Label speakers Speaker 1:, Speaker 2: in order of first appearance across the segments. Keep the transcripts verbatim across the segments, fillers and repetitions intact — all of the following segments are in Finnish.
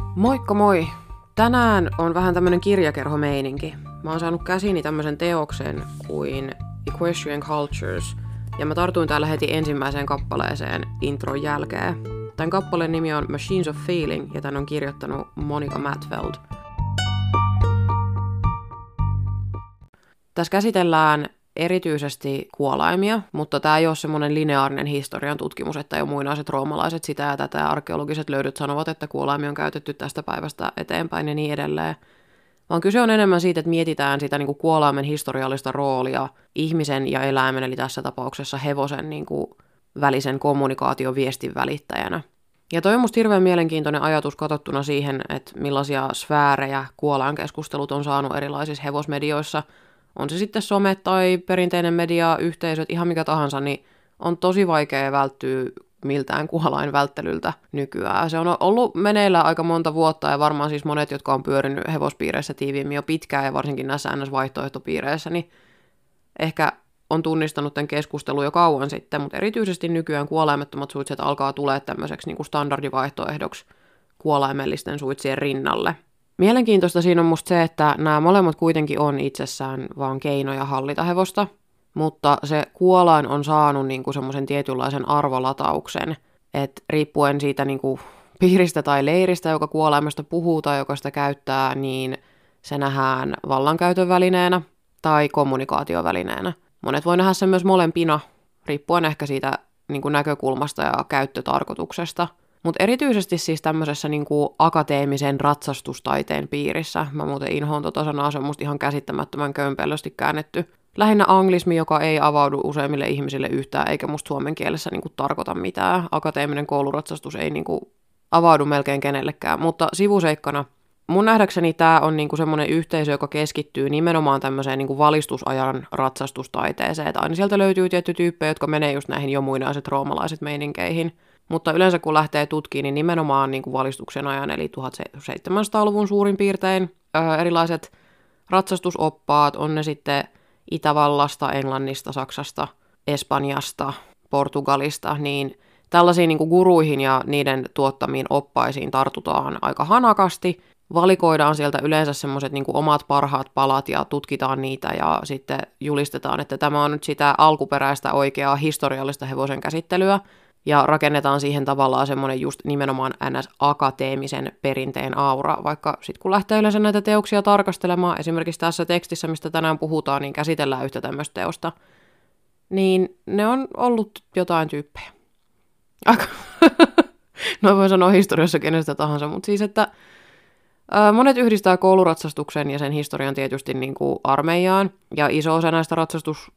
Speaker 1: Moikka moi! Tänään on vähän tämmönen kirjakerhomeininki. Mä oon saanut käsiini tämmöisen teoksen kuin Equestrian Cultures, ja mä tartuin täällä heti ensimmäiseen kappaleeseen intron jälkeen. Tämän kappaleen nimi on Machines of Feeling, ja tän on kirjoittanut Monica Mattfeld. Tässä käsitellään erityisesti kuolaimia, mutta tämä ei ole semmoinen lineaarinen historian tutkimus, että jo muinaiset roomalaiset sitä ja tätä arkeologiset löydöt sanovat, että kuolaimia on käytetty tästä päivästä eteenpäin ja niin edelleen. Vaan kyse on enemmän siitä, että mietitään sitä niin kuin kuolaimen historiallista roolia ihmisen ja eläimen, eli tässä tapauksessa hevosen niin kuin välisen kommunikaation viestin välittäjänä. Ja toi on musta hirveän mielenkiintoinen ajatus katsottuna siihen, että millaisia sfäärejä kuolainkeskustelut on saanut erilaisissa hevosmedioissa. On se sitten some tai perinteinen media, yhteisöt, ihan mikä tahansa, niin on tosi vaikea välttyä miltään kuolain välttelyltä nykyään. Se on ollut meneillään aika monta vuotta ja varmaan siis monet, jotka on pyörinyt hevospiireissä tiiviimmin jo pitkään ja varsinkin näissä N S-vaihtoehtopiireissä, niin ehkä on tunnistanut tämän keskustelun jo kauan sitten, mutta erityisesti nykyään kuolaimettomat suitset alkaa tulee tämmöiseksi niin kuin standardivaihtoehdoksi kuolaimellisten suitsien rinnalle. Mielenkiintoista siinä on musta se, että nämä molemmat kuitenkin on itsessään vaan keinoja hallita hevosta, mutta se kuolain on saanut niinku semmoisen tietynlaisen arvolatauksen, että riippuen siitä niinku piiristä tai leiristä, joka kuolaimesta puhuu tai joka sitä käyttää, niin se nähdään vallankäytön välineenä tai kommunikaatiovälineenä. Monet voi nähdä sen myös molempina, riippuen ehkä siitä niinku näkökulmasta ja käyttötarkoituksesta. Mutta erityisesti siis tämmöisessä niinku akateemisen ratsastustaiteen piirissä, mä muuten inhoon tota sanaa, se on musta ihan käsittämättömän kömpelösti käännetty. Lähinnä anglismi, joka ei avaudu useimmille ihmisille yhtään, eikä musta suomen kielessä niinku tarkoita mitään. Akateeminen kouluratsastus ei niinku avaudu melkein kenellekään, mutta sivuseikkana. Mun nähdäkseni tää on niinku semmoinen yhteisö, joka keskittyy nimenomaan tämmöiseen niinku valistusajan ratsastustaiteeseen. Et aina sieltä löytyy tietty tyyppejä, jotka menee just näihin jo muinaiset roomalaiset meininkeihin. Mutta yleensä kun lähtee tutkimaan, niin nimenomaan niin kuin valistuksen ajan, eli tuhatseitsemänsataaluvun suurin piirtein öö, erilaiset ratsastusoppaat, on ne sitten Itävallasta, Englannista, Saksasta, Espanjasta, Portugalista, niin tällaisiin niin kuin guruihin ja niiden tuottamiin oppaisiin tartutaan aika hanakasti. Valikoidaan sieltä yleensä semmoiset niin kuin omat parhaat palat ja tutkitaan niitä ja sitten julistetaan, että tämä on nyt sitä alkuperäistä oikeaa historiallista hevosen käsittelyä. Ja rakennetaan siihen tavallaan semmoinen just nimenomaan N S-akateemisen perinteen aura, vaikka sitten kun lähtee yleensä näitä teoksia tarkastelemaan, esimerkiksi tässä tekstissä, mistä tänään puhutaan, niin käsitellään yhtä tämmöistä teosta, niin ne on ollut jotain tyyppejä. Aika. No voi sanoa historiassa kenestä tahansa, mutta siis, että ää, monet yhdistää kouluratsastuksen ja sen historian tietysti niin kuin armeijaan, ja iso osa näistä ratsastus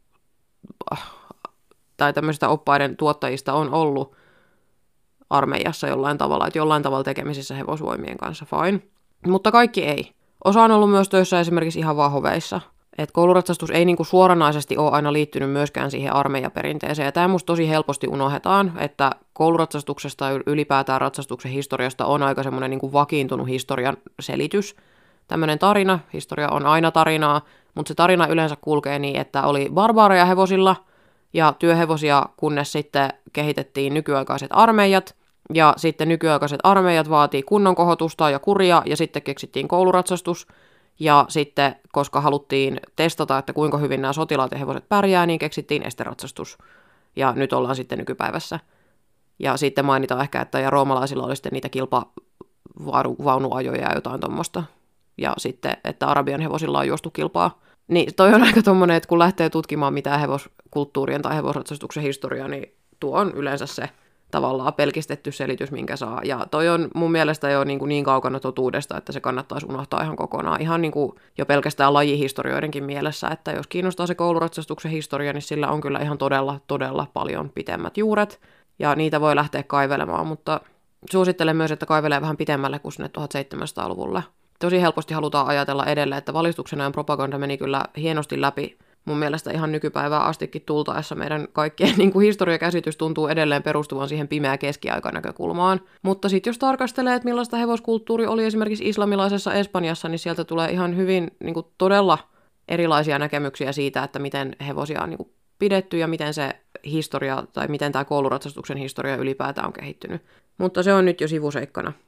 Speaker 1: tai tämmöisistä oppaiden tuottajista on ollut armeijassa jollain tavalla, että jollain tavalla tekemisissä hevosvoimien kanssa, fine. Mutta kaikki ei. Osa on ollut myös töissä esimerkiksi ihan vaan hoveissa. Et kouluratsastus ei niinku suoranaisesti ole aina liittynyt myöskään siihen armeijaperinteeseen. Ja tämä musta tosi helposti unohdetaan, että kouluratsastuksesta ja ylipäätään ratsastuksen historiasta on aika semmoinen niinku vakiintunut historian selitys. Tämmöinen tarina, historia on aina tarinaa, mutta se tarina yleensä kulkee niin, että oli barbaareja hevosilla, ja työhevosia, kunnes sitten kehitettiin nykyaikaiset armeijat, ja sitten nykyaikaiset armeijat vaatii kunnon kohotusta ja kuria, ja sitten keksittiin kouluratsastus, ja sitten, koska haluttiin testata, että kuinka hyvin nämä sotilaat ja hevoset pärjää, niin keksittiin esteratsastus, ja nyt ollaan sitten nykypäivässä. Ja sitten mainitaan ehkä, että ja roomalaisilla oli sitten niitä kilpavaunuajoja ja jotain tuommoista, ja sitten, että Arabian hevosilla on juostu kilpaa. Niin toi on aika tommonen, että kun lähtee tutkimaan mitään hevoskulttuurien tai hevosratsastuksen historiaa, niin tuo on yleensä se tavallaan pelkistetty selitys, minkä saa. Ja toi on mun mielestä jo niin, kuin niin kaukana totuudesta, että se kannattaisi unohtaa ihan kokonaan. Ihan niin kuin jo pelkästään lajihistorioidenkin mielessä, että jos kiinnostaa se kouluratsastuksen historia, niin sillä on kyllä ihan todella, todella paljon pitemmät juuret. Ja niitä voi lähteä kaivelemaan, mutta suosittelen myös, että kaivelee vähän pitemmälle kuin sinne tuhatseitsemänsataaluvulle. Tosi helposti halutaan ajatella edelleen, että valistuksen ajan propaganda meni kyllä hienosti läpi. Mun mielestä ihan nykypäivää astikin tultaessa meidän kaikkien niin kuin historiakäsitys tuntuu edelleen perustuvan siihen pimeä keskiaikanäkökulmaan. Mutta sitten jos tarkastelee, että millaista hevoskulttuuri oli esimerkiksi islamilaisessa Espanjassa, niin sieltä tulee ihan hyvin niin kuin todella erilaisia näkemyksiä siitä, että miten hevosia on niin kuin pidetty ja miten se historia tai miten tämä kouluratsastuksen historia ylipäätään on kehittynyt. Mutta se on nyt jo sivuseikkana.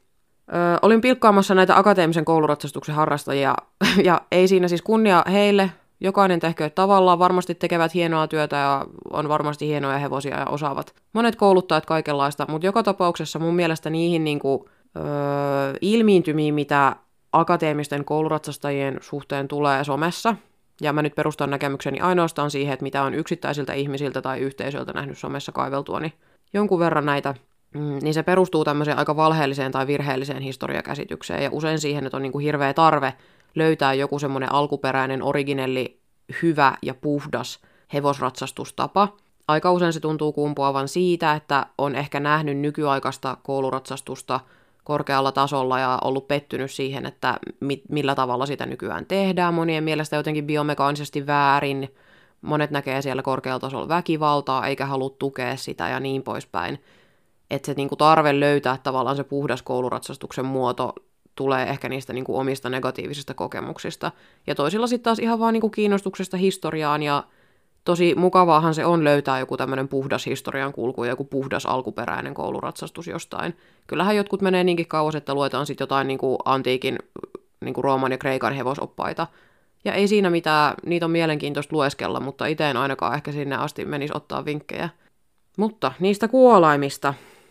Speaker 1: Öö, olin pilkkaamassa näitä akateemisen kouluratsastuksen harrastajia, ja ei siinä siis kunnia heille. Jokainen tehköön tavallaan, varmasti tekevät hienoa työtä ja on varmasti hienoja hevosia ja osaavat monet kouluttajat kaikenlaista, mutta joka tapauksessa mun mielestä niihin niinku, öö, ilmiintymiin, mitä akateemisten kouluratsastajien suhteen tulee somessa, ja mä nyt perustan näkemykseni ainoastaan siihen, että mitä on yksittäisiltä ihmisiltä tai yhteisöiltä nähnyt somessa kaiveltua, niin jonkun verran näitä, mm, niin se perustuu tämmöiseen aika valheelliseen tai virheelliseen historiakäsitykseen, ja usein siihen, että on niinku hirveä tarve löytää joku semmoinen alkuperäinen, originelli, hyvä ja puhdas hevosratsastustapa. Aika usein se tuntuu kumpuavan siitä, että on ehkä nähnyt nykyaikaista kouluratsastusta korkealla tasolla ja ollut pettynyt siihen, että mi- millä tavalla sitä nykyään tehdään. Monien mielestä jotenkin biomekaanisesti väärin. Monet näkee siellä korkealla tasolla väkivaltaa, eikä halua tukea sitä ja niin poispäin. Että se niinku tarve löytää tavallaan se puhdas kouluratsastuksen muoto tulee ehkä niistä niinku omista negatiivisista kokemuksista. Ja toisilla sitten taas ihan vaan niinku kiinnostuksesta historiaan, ja tosi mukavaahan se on löytää joku tämmöinen puhdas historian kulku ja joku puhdas alkuperäinen kouluratsastus jostain. Kyllähän jotkut menee niinkin kauas, että luetaan sitten jotain niinku antiikin niinku Rooman ja Kreikan hevosoppaita. Ja ei siinä mitään, niitä on mielenkiintoista lueskella, mutta itse en ainakaan ehkä sinne asti menisi ottaa vinkkejä. Mutta niistä kuolaimista.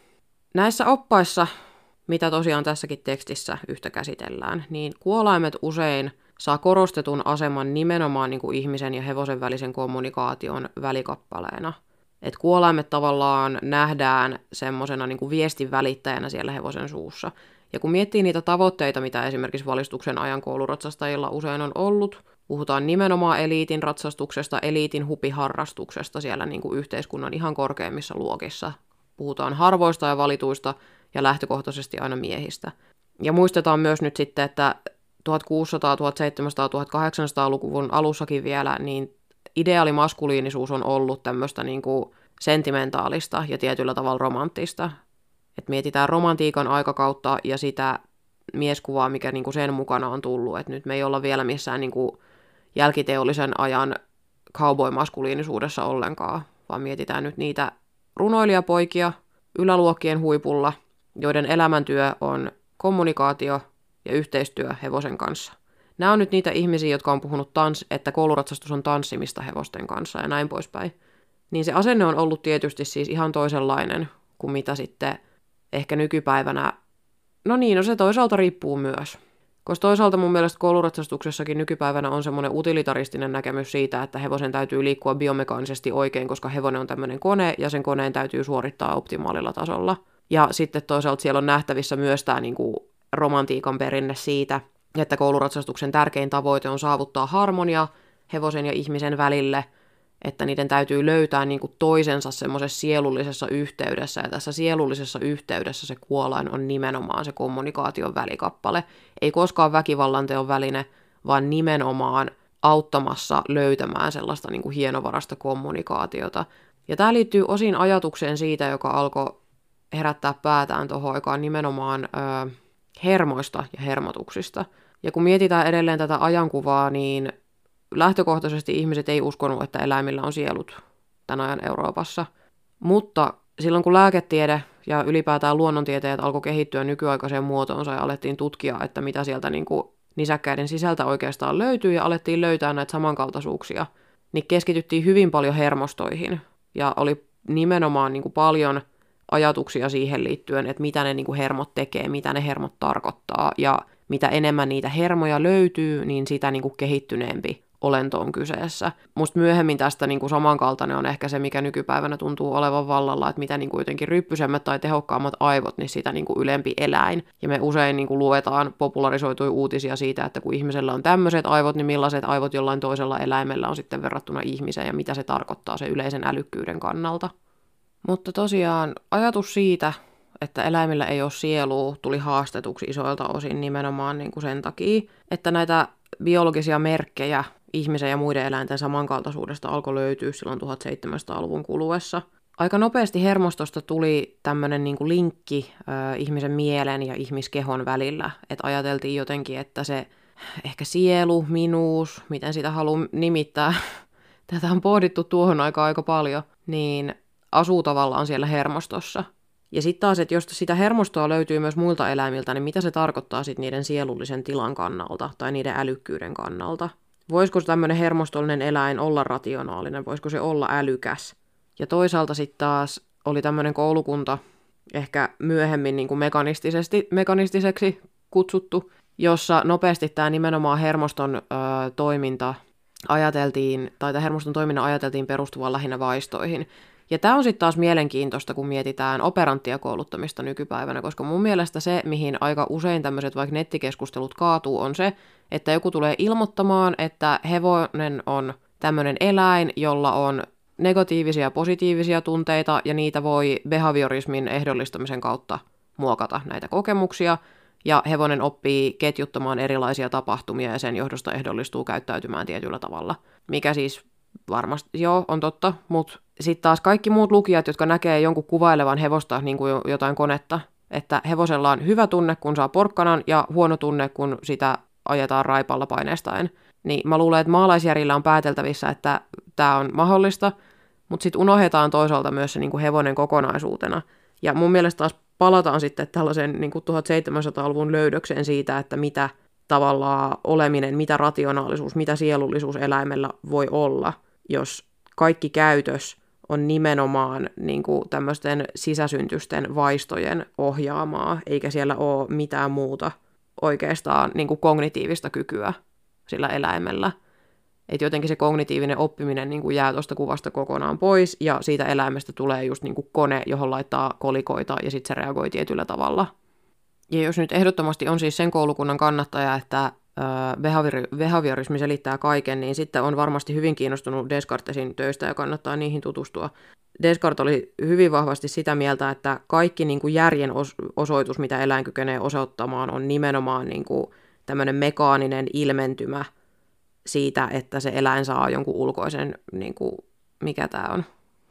Speaker 1: Näissä oppaissa, mitä tosiaan tässäkin tekstissä yhtä käsitellään, niin kuolaimet usein saa korostetun aseman nimenomaan niin kuin ihmisen ja hevosen välisen kommunikaation välikappaleena. Et kuolaimet tavallaan nähdään semmoisena niin kuin viestin välittäjänä siellä hevosen suussa. Ja kun miettii niitä tavoitteita, mitä esimerkiksi valistuksen ajan kouluratsastajilla usein on ollut, puhutaan nimenomaan eliitin ratsastuksesta, eliitin hupiharrastuksesta siellä niin kuin yhteiskunnan ihan korkeimmissa luokissa. Puhutaan harvoista ja valituista ja lähtökohtaisesti aina miehistä. Ja muistetaan myös nyt sitten, että tuhatkuusisataa-, tuhatseitsemänsataa-, tuhatkahdeksansataaluvun alussakin vielä, niin ideaalimaskuliinisuus on ollut tämmöistä niin kuin sentimentaalista ja tietyllä tavalla romanttista. Et mietitään romantiikan aikakautta ja sitä mieskuvaa, mikä niin kuin sen mukana on tullut. Et nyt me ei olla vielä missään niin kuin jälkiteollisen ajan cowboy-maskuliinisuudessa ollenkaan, vaan mietitään nyt niitä runoilijapoikia yläluokkien huipulla, joiden elämäntyö on kommunikaatio ja yhteistyö hevosen kanssa. Nämä on nyt niitä ihmisiä, jotka on puhunut, tans- että kouluratsastus on tanssimista hevosten kanssa ja näin poispäin. Niin se asenne on ollut tietysti siis ihan toisenlainen kuin mitä sitten ehkä nykypäivänä. No niin, no se toisaalta riippuu myös. Koska toisaalta mun mielestä kouluratsastuksessakin nykypäivänä on semmoinen utilitaristinen näkemys siitä, että hevosen täytyy liikkua biomekaanisesti oikein, koska hevonen on tämmöinen kone ja sen koneen täytyy suorittaa optimaalilla tasolla. Ja sitten toisaalta siellä on nähtävissä myös tämä niinku romantiikan perinne siitä, että kouluratsastuksen tärkein tavoite on saavuttaa harmonia hevosen ja ihmisen välille, että niiden täytyy löytää niin kuin toisensa semmoisessa sielullisessa yhteydessä, ja tässä sielullisessa yhteydessä se kuolain on nimenomaan se kommunikaation välikappale. Ei koskaan väkivallanteon väline, vaan nimenomaan auttamassa löytämään sellaista niin kuin hienovarasta kommunikaatiota. Ja tämä liittyy osin ajatukseen siitä, joka alkoi herättää päätään tuohon aikaan nimenomaan öö, hermoista ja hermotuksista. Ja kun mietitään edelleen tätä ajankuvaa, niin lähtökohtaisesti ihmiset ei uskonut, että eläimillä on sielut tämän ajan Euroopassa. Mutta silloin kun lääketiede ja ylipäätään luonnontieteet alkoi kehittyä nykyaikaiseen muotoonsa ja alettiin tutkia, että mitä sieltä niin kuin nisäkkäiden sisältä oikeastaan löytyy ja alettiin löytää näitä samankaltaisuuksia, niin keskityttiin hyvin paljon hermostoihin ja oli nimenomaan niin kuin paljon ajatuksia siihen liittyen, että mitä ne niin kuin hermot tekee, mitä ne hermot tarkoittaa ja mitä enemmän niitä hermoja löytyy, niin sitä niin kuin kehittyneempi olento on kyseessä. Musta myöhemmin tästä niin kuin samankaltainen on ehkä se, mikä nykypäivänä tuntuu olevan vallalla, että mitä niin kuin jotenkin ryppysemmät tai tehokkaammat aivot, niin sitä niin kuin ylempi eläin. Ja me usein niin kuin luetaan popularisoitui uutisia siitä, että kun ihmisellä on tämmöiset aivot, niin millaiset aivot jollain toisella eläimellä on sitten verrattuna ihmiseen ja mitä se tarkoittaa sen yleisen älykkyyden kannalta. Mutta tosiaan ajatus siitä, että eläimillä ei ole sielua, tuli haastetuksi isoilta osin nimenomaan niin kuin sen takia, että näitä biologisia merkkejä ihmisen ja muiden eläinten samankaltaisuudesta alkoi löytyä silloin tuhatseitsemänsataaluvun kuluessa. Aika nopeasti hermostosta tuli tämmöinen niin kuin linkki äh, ihmisen mielen ja ihmiskehon välillä, että ajateltiin jotenkin, että se ehkä sielu, minuus, miten sitä haluaa nimittää, tätä on pohdittu tuohon aikaan aika paljon, niin asuu tavallaan siellä hermostossa. Ja sitten taas, että jos sitä hermostoa löytyy myös muilta eläimiltä, niin mitä se tarkoittaa sitten niiden sielullisen tilan kannalta tai niiden älykkyyden kannalta? Voisiko tämmöinen hermostollinen eläin olla rationaalinen? Voisiko se olla älykäs? Ja toisaalta sitten taas oli tämmöinen koulukunta, ehkä myöhemmin niin kuin mekanistisesti, mekanistiseksi kutsuttu, jossa nopeasti tämä nimenomaan hermoston ö, toiminta ajateltiin, tai tämä hermoston toiminnan ajateltiin perustuvan lähinnä vaistoihin. Ja tämä on sitten taas mielenkiintoista, kun mietitään operanttia kouluttamista nykypäivänä, koska mun mielestä se, mihin aika usein tämmöiset vaikka nettikeskustelut kaatuu, on se, että joku tulee ilmoittamaan, että hevonen on tämmöinen eläin, jolla on negatiivisia ja positiivisia tunteita, ja niitä voi behaviorismin ehdollistamisen kautta muokata näitä kokemuksia, ja hevonen oppii ketjuttamaan erilaisia tapahtumia, ja sen johdosta ehdollistuu käyttäytymään tietyllä tavalla, mikä siis varmasti, joo, on totta, mutta sitten taas kaikki muut lukijat, jotka näkee jonkun kuvailevan hevosta niin kuin jotain konetta, että hevosella on hyvä tunne, kun saa porkkanan, ja huono tunne, kun sitä ajetaan raipalla paineestaen, niin mä luulen, että maalaisjärjillä on pääteltävissä, että tämä on mahdollista, mutta sitten unohdetaan toisaalta myös se niin kuin hevonen kokonaisuutena. Ja mun mielestä taas palataan sitten tällaisen niin kuin tuhatseitsemänsataaluvun löydökseen siitä, että mitä tavallaan oleminen, mitä rationaalisuus, mitä sielullisuus eläimellä voi olla, jos kaikki käytös on nimenomaan niin kuin tämmöisten sisäsyntysten vaistojen ohjaamaa, eikä siellä ole mitään muuta oikeastaan niin kuin kognitiivista kykyä sillä eläimellä. Että jotenkin se kognitiivinen oppiminen niin kuin jää tuosta kuvasta kokonaan pois, ja siitä eläimestä tulee just niin kuin kone, johon laittaa kolikoita, ja sitten se reagoi tietyllä tavalla. Ja jos nyt ehdottomasti on siis sen koulukunnan kannattaja, että behaviori- behaviorismi selittää kaiken, niin sitten on varmasti hyvin kiinnostunut Descartesin töistä ja kannattaa niihin tutustua. Descartes oli hyvin vahvasti sitä mieltä, että kaikki niin kuin järjen os- osoitus, mitä eläin kykenee osoittamaan, on nimenomaan niin kuin tämmöinen mekaaninen ilmentymä siitä, että se eläin saa jonkun ulkoisen, niin kuin, mikä tämä on,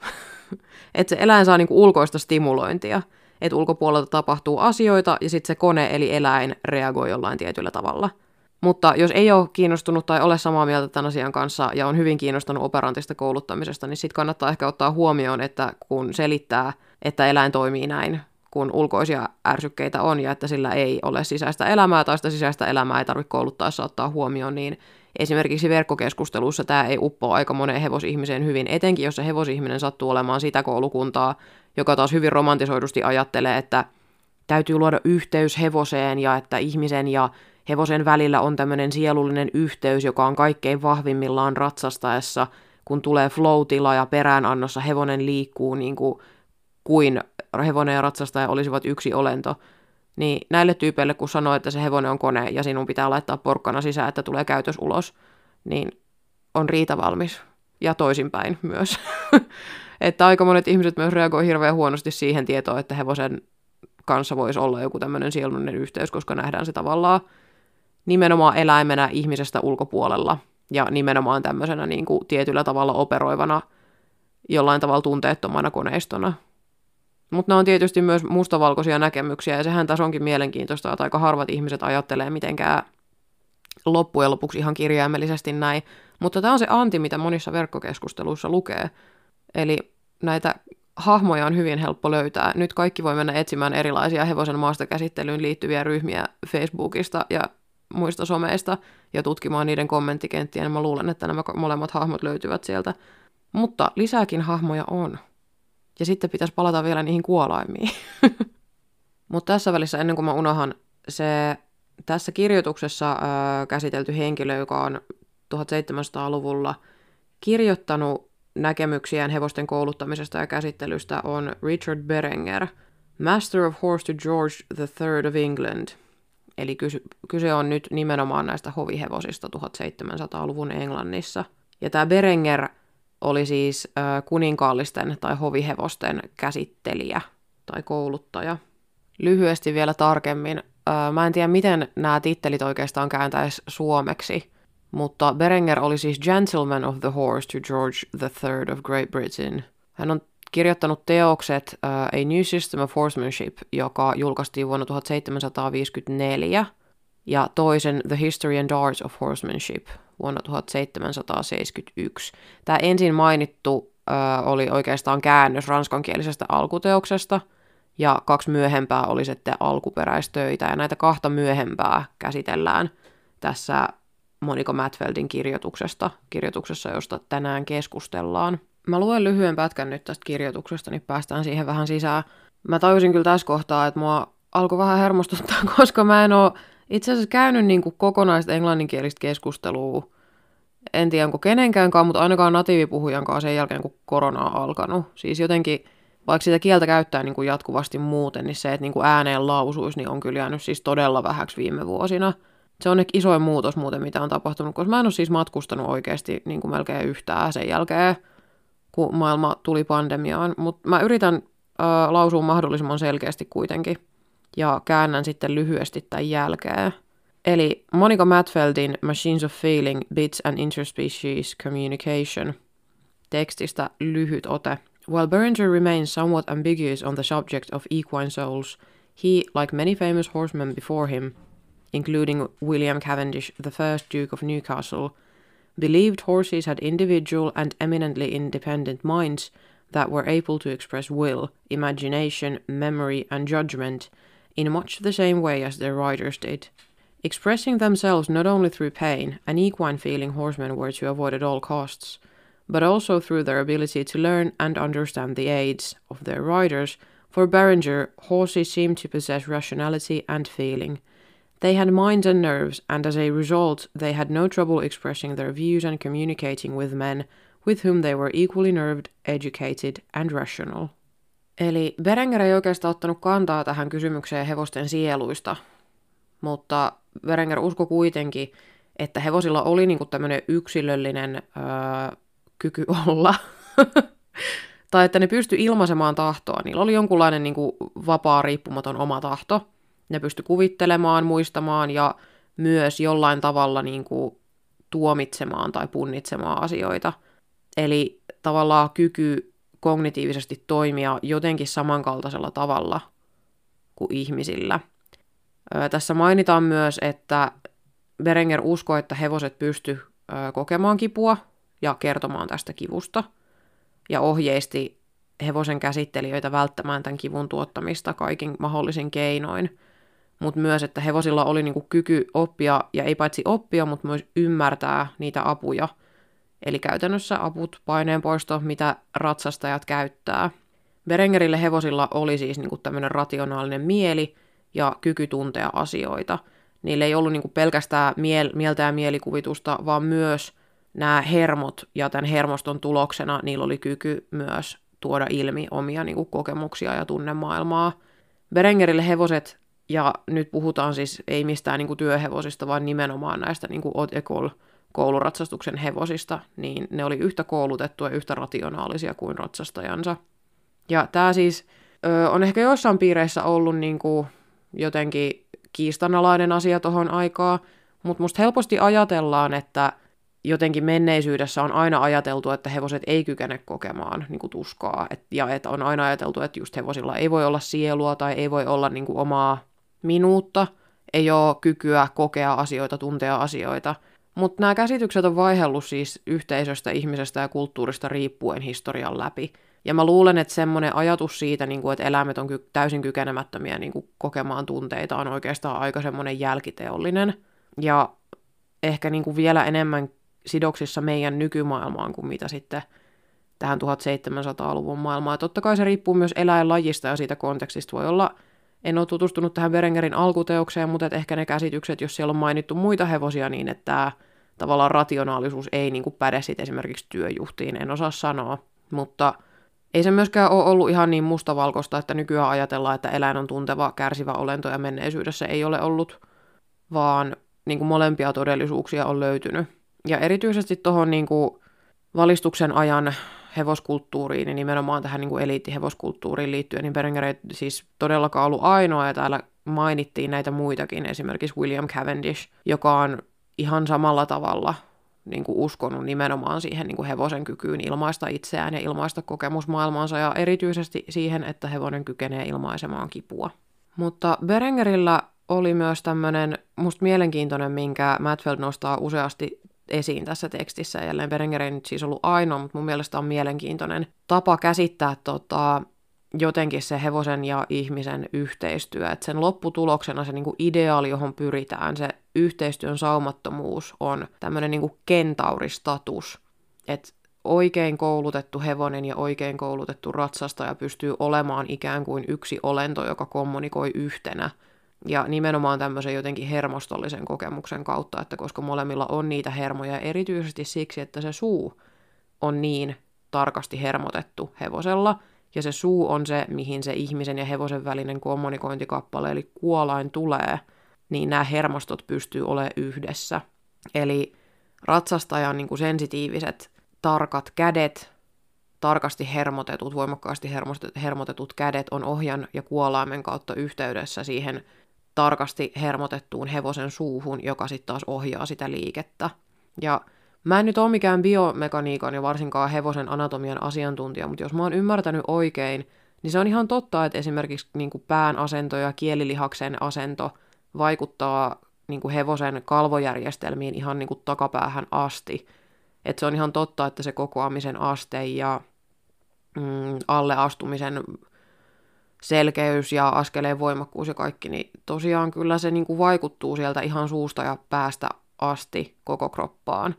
Speaker 1: että se eläin saa niin kuin ulkoista stimulointia, että ulkopuolelta tapahtuu asioita ja sitten se kone eli eläin reagoi jollain tietyllä tavalla. Mutta jos ei ole kiinnostunut tai ole samaa mieltä tämän asian kanssa ja on hyvin kiinnostunut operantista kouluttamisesta, niin sitten kannattaa ehkä ottaa huomioon, että kun selittää, että eläin toimii näin, kun ulkoisia ärsykkeitä on ja että sillä ei ole sisäistä elämää tai sitä sisäistä elämää ei tarvitse kouluttaessa ottaa huomioon, niin esimerkiksi verkkokeskustelussa tämä ei uppoa aika moneen hevosihmiseen hyvin, etenkin jos se hevosihminen sattuu olemaan sitä koulukuntaa, joka taas hyvin romantisoidusti ajattelee, että täytyy luoda yhteys hevoseen ja että ihmisen ja hevosen välillä on tämmöinen sielullinen yhteys, joka on kaikkein vahvimmillaan ratsastaessa, kun tulee flow-tila ja peräänannossa hevonen liikkuu niin kuin, kuin hevonen ja ratsastaja olisivat yksi olento. Niin näille tyypeille, kun sanoo, että se hevonen on kone ja sinun pitää laittaa porkkana sisään, että tulee käytös ulos, niin on riita valmis. Ja toisinpäin myös. Että aika monet ihmiset myös reagoi hirveän huonosti siihen tietoon, että hevosen kanssa voisi olla joku tämmöinen sielullinen yhteys, koska nähdään se tavallaan nimenomaan eläimenä ihmisestä ulkopuolella ja nimenomaan tämmöisenä niin kuin tietyllä tavalla operoivana jollain tavalla tunteettomana koneistona. Mutta nämä on tietysti myös mustavalkoisia näkemyksiä, ja sehän tässä onkin mielenkiintoista, että aika harvat ihmiset ajattelee mitenkään loppujen lopuksi ihan kirjaimellisesti näin. Mutta tämä on se anti, mitä monissa verkkokeskusteluissa lukee. Eli näitä hahmoja on hyvin helppo löytää. Nyt kaikki voi mennä etsimään erilaisia hevosen maastakäsittelyyn liittyviä ryhmiä Facebookista ja muista someista ja tutkimaan niiden kommenttikenttiä. Mä luulen, että nämä molemmat hahmot löytyvät sieltä. Mutta lisääkin hahmoja on. Ja sitten pitäisi palata vielä niihin kuolaimiin. Mutta tässä välissä, ennen kuin mä unohan, se tässä kirjoituksessa ää, käsitelty henkilö, joka on tuhatseitsemänsataaluvulla kirjoittanut näkemyksiään hevosten kouluttamisesta ja käsittelystä, on Richard Berenger, Master of Horse to George the third of England. Eli kyse, kyse on nyt nimenomaan näistä hovihevosista tuhatseitsemänsataaluvun Englannissa. Ja tämä Berenger oli siis äh, kuninkaallisten tai hovihevosten käsittelijä tai kouluttaja. Lyhyesti vielä tarkemmin. Äh, mä en tiedä, miten nämä tittelit oikeastaan kääntäisi suomeksi, mutta Berenger oli siis Gentleman of the Horse to George the third of Great Britain. Hän on kirjoittanut teokset uh, A New System of Horsemanship, joka julkaistiin vuonna tuhatseitsemänsataaviisikymmentäneljä, ja toisen The History and Arts of Horsemanship vuonna tuhatseitsemänsataaseitsemänkymmentäyksi. Tämä ensin mainittu uh, oli oikeastaan käännös ranskankielisestä alkuteoksesta, ja kaksi myöhempää oli sitten alkuperäistöitä, ja näitä kahta myöhempää käsitellään tässä Monica Mattfeldin kirjoituksesta, kirjoituksessa, josta tänään keskustellaan. Mä luen lyhyen pätkän nyt tästä kirjoituksesta, niin päästään siihen vähän sisään. Mä tajusin kyllä tässä kohtaa, että mua alkoi vähän hermostuttaa, koska mä en ole itse asiassa käynyt niin kuin kokonaista englanninkielistä keskustelua. En tiedä, onko kenenkään, mutta ainakaan natiivipuhujan kanssa sen jälkeen, kun korona on alkanut. Siis jotenkin, vaikka sitä kieltä käyttää niin kuin jatkuvasti muuten, niin se, että niin kuin ääneen lausuisi, niin on kyllä jäänyt siis todella vähäksi viime vuosina. Se on ehkä isoin muutos muuten, mitä on tapahtunut, koska mä en ole siis matkustanut oikeasti niin kuin melkein yhtään sen jälkeen, kun maailma tuli pandemiaan. Mutta mä yritän äh, lausua mahdollisimman selkeästi kuitenkin, ja käännän sitten lyhyesti tämän jälkeen. Eli Monica Mattfeldin Machines of Feeling, Bits and Interspecies Communication tekstistä lyhyt ote. While Beringer remains somewhat ambiguous on the subject of equine souls, he, like many famous horsemen before him, including William Cavendish, the first Duke of Newcastle, believed horses had individual and eminently independent minds that were able to express will, imagination, memory, and judgment in much the same way as their riders did. Expressing themselves not only through pain, an equine feeling horsemen were to avoid at all costs, but also through their ability to learn and understand the aids of their riders. For Beringer, horses seemed to possess rationality and feeling. They had minds and nerves, and as a result, they had no trouble expressing their views and communicating with men, with whom they were equally nerved, educated and rational. Eli Beringer ei oikeastaan ottanut kantaa tähän kysymykseen hevosten sieluista, mutta Beringer uskoi kuitenkin, että hevosilla oli niinku tämmöinen yksilöllinen öö, kyky olla, tai että ne pystyi ilmaisemaan tahtoa. Niillä oli jonkunlainen niinku vapaa, riippumaton oma tahto. Ne pystyi kuvittelemaan, muistamaan ja myös jollain tavalla niinku tuomitsemaan tai punnitsemaan asioita. Eli tavallaan kyky kognitiivisesti toimia jotenkin samankaltaisella tavalla kuin ihmisillä. Öö, tässä mainitaan myös, että Beringer uskoi, että hevoset pysty öö, kokemaan kipua ja kertomaan tästä kivusta, ja ohjeisti hevosen käsittelijöitä välttämään tämän kivun tuottamista kaikin mahdollisin keinoin, mutta myös, että hevosilla oli niinku kyky oppia, ja ei paitsi oppia, mutta myös ymmärtää niitä apuja, eli käytännössä aput, paineenpoisto, mitä ratsastajat käyttää. Beringerille hevosilla oli siis niinku tämmöinen rationaalinen mieli ja kyky tuntea asioita. Niillä ei ollut niinku pelkästään miel- mieltä ja mielikuvitusta, vaan myös nämä hermot, ja tämän hermoston tuloksena niillä oli kyky myös tuoda ilmi omia niinku kokemuksia ja tunnemaailmaa. Beringerille hevoset, ja nyt puhutaan siis ei mistään niinku työhevosista, vaan nimenomaan näistä niinku haute école kouluratsastuksen hevosista, niin ne oli yhtä koulutettuja ja yhtä rationaalisia kuin ratsastajansa. Ja tämä siis ö, on ehkä joissain piireissä ollut niinku jotenkin kiistanalainen asia tohon aikaan, mutta musta helposti ajatellaan, että jotenkin menneisyydessä on aina ajateltu, että hevoset ei kykene kokemaan niin kuin tuskaa, et, ja että on aina ajateltu, että just hevosilla ei voi olla sielua tai ei voi olla niin kuin omaa minuutta, ei ole kykyä kokea asioita, tuntea asioita. Mutta nämä käsitykset on vaihellut siis yhteisöstä, ihmisestä ja kulttuurista riippuen historian läpi. Ja mä luulen, että semmoinen ajatus siitä, niin kuin, että eläimet on ky- täysin kykenemättömiä niin kuin kokemaan tunteita, on oikeastaan aika semmoinen jälkiteollinen. Ja ehkä niin kuin vielä enemmän sidoksissa meidän nykymaailmaan kuin mitä sitten tähän seitsemäntoistasadan-luvun maailmaan. Totta kai se riippuu myös eläinlajista ja siitä kontekstista. Voi olla, en ole tutustunut tähän Beringerin alkuteokseen, mutta ehkä ne käsitykset, jos siellä on mainittu muita hevosia, niin että tämä tavallaan rationaalisuus ei niin kuin päde sit esimerkiksi työjuhtiin, en osaa sanoa. Mutta ei se myöskään ole ollut ihan niin mustavalkoista, että nykyään ajatellaan, että eläin on tunteva, kärsivä olento ja menneisyydessä ei ole ollut, vaan niin kuin molempia todellisuuksia on löytynyt. Ja erityisesti tuohon niin kuin valistuksen ajan hevoskulttuuriin ja nimenomaan tähän niin kuin eliittihevoskulttuuriin liittyen, niin Beringer ei siis todellakaan ollut ainoa, ja täällä mainittiin näitä muitakin, esimerkiksi William Cavendish, joka on ihan samalla tavalla niin kuin uskonut nimenomaan siihen niin kuin hevosen kykyyn ilmaista itseään ja ilmaista kokemusmaailmaansa, ja erityisesti siihen, että hevonen kykenee ilmaisemaan kipua. Mutta Beringerillä oli myös tämmöinen musta mielenkiintoinen, minkä Mattfeld nostaa useasti esiin tässä tekstissä. Jälleen Beringer ei nyt siis ollut ainoa, mutta mun mielestä on mielenkiintoinen tapa käsittää tota, jotenkin se hevosen ja ihmisen yhteistyö, että sen lopputuloksena se niin kuin ideaali, johon pyritään, se yhteistyön saumattomuus on tämmöinen niin kuin kentauristatus, että oikein koulutettu hevonen ja oikein koulutettu ratsastaja pystyy olemaan ikään kuin yksi olento, joka kommunikoi yhtenä. Ja nimenomaan tämmöisen jotenkin hermostollisen kokemuksen kautta, että koska molemmilla on niitä hermoja erityisesti siksi, että se suu on niin tarkasti hermotettu hevosella, ja se suu on se, mihin se ihmisen ja hevosen välinen kommunikointikappale, eli kuolain tulee, niin nämä hermostot pystyy olemaan yhdessä. Eli ratsastajan niin kuin sensitiiviset, tarkat kädet, tarkasti hermotetut, voimakkaasti hermotetut kädet on ohjan ja kuolaimen kautta yhteydessä siihen tarkasti hermotettuun hevosen suuhun, joka sitten taas ohjaa sitä liikettä. Ja mä en nyt ole mikään biomekaniikan ja varsinkaan hevosen anatomian asiantuntija, mutta jos mä oon ymmärtänyt oikein, niin se on ihan totta, että esimerkiksi niin kuin pään asento ja kielilihaksen asento vaikuttaa niin kuin hevosen kalvojärjestelmiin ihan niin kuin takapäähän asti. Että se on ihan totta, että se kokoamisen aste ja mm, alle astumisen selkeys ja askeleen voimakkuus ja kaikki, niin tosiaan kyllä se niin kuin vaikuttuu sieltä ihan suusta ja päästä asti koko kroppaan.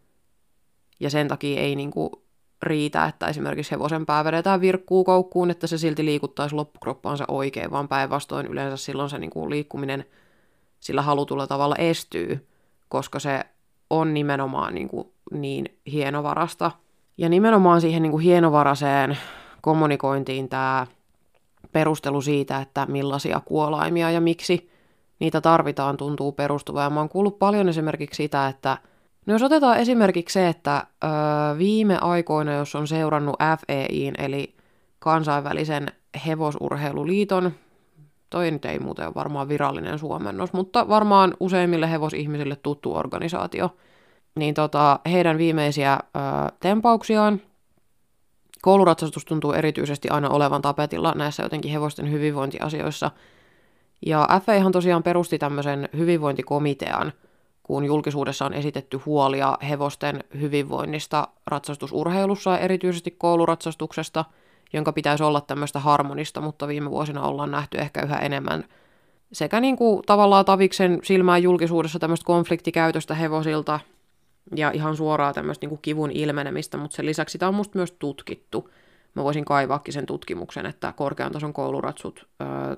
Speaker 1: Ja sen takia ei niin kuin riitä, että esimerkiksi hevosen pää vedetään virkkuu koukkuun, että se silti liikuttaisi loppukroppaansa oikein, vaan päinvastoin yleensä silloin se niin kuin liikkuminen sillä halutulla tavalla estyy, koska se on nimenomaan niin, kuin niin hienovarasta. Ja nimenomaan siihen niin kuin hienovaraiseen kommunikointiin tämä perustelu siitä, että millaisia kuolaimia ja miksi niitä tarvitaan, tuntuu perustuva. Ja mä oon kuullut paljon esimerkiksi sitä, että no jos otetaan esimerkiksi se, että ö, viime aikoina, jos on seurannut F E I:n, eli kansainvälisen hevosurheiluliiton, toi nyt ei muuten ole varmaan virallinen suomennos, mutta varmaan useimmille hevosihmisille tuttu organisaatio, niin tota, heidän viimeisiä ö, tempauksiaan, kouluratsastus tuntuu erityisesti aina olevan tapetilla näissä jotenkin hevosten hyvinvointiasioissa, ja F A ihan tosiaan perusti tämmöisen hyvinvointikomitean, kun julkisuudessa on esitetty huolia hevosten hyvinvoinnista ratsastusurheilussa ja erityisesti kouluratsastuksesta, jonka pitäisi olla tämmöistä harmonista, mutta viime vuosina ollaan nähty ehkä yhä enemmän sekä niin kuin tavallaan taviksen silmään julkisuudessa tämmöistä konfliktikäytöstä hevosilta ja ihan suoraa tämmöistä niin kuin kivun ilmenemistä, mutta sen lisäksi sitä on musta myös tutkittu. Mä voisin kaivaakin sen tutkimuksen, että korkean tason kouluratsut, öö,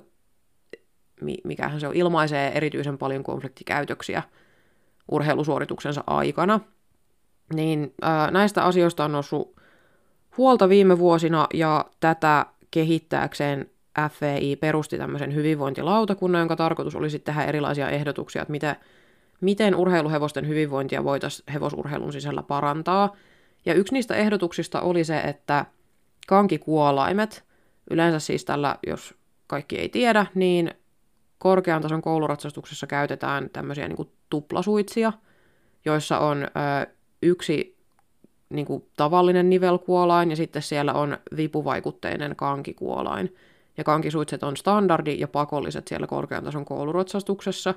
Speaker 1: mikähän se on, ilmaisee erityisen paljon konfliktikäytöksiä urheilusuorituksensa aikana, niin ää, näistä asioista on noussut huolta viime vuosina, ja tätä kehittääkseen F E I perusti tämmöisen hyvinvointilautakunnan, jonka tarkoitus oli sitten tehdä erilaisia ehdotuksia, että miten, miten urheiluhevosten hyvinvointia voitaisiin hevosurheilun sisällä parantaa. Ja yksi niistä ehdotuksista oli se, että kankikuolaimet, yleensä siis tällä, jos kaikki ei tiedä, niin korkean tason kouluratsastuksessa käytetään tämmöisiä niin kuin tuplasuitsia, joissa on ö, yksi niin kuin tavallinen nivelkuolain ja sitten siellä on vipuvaikutteinen kankikuolain. Ja kankisuitset on standardi ja pakolliset siellä korkean tason kouluratsastuksessa.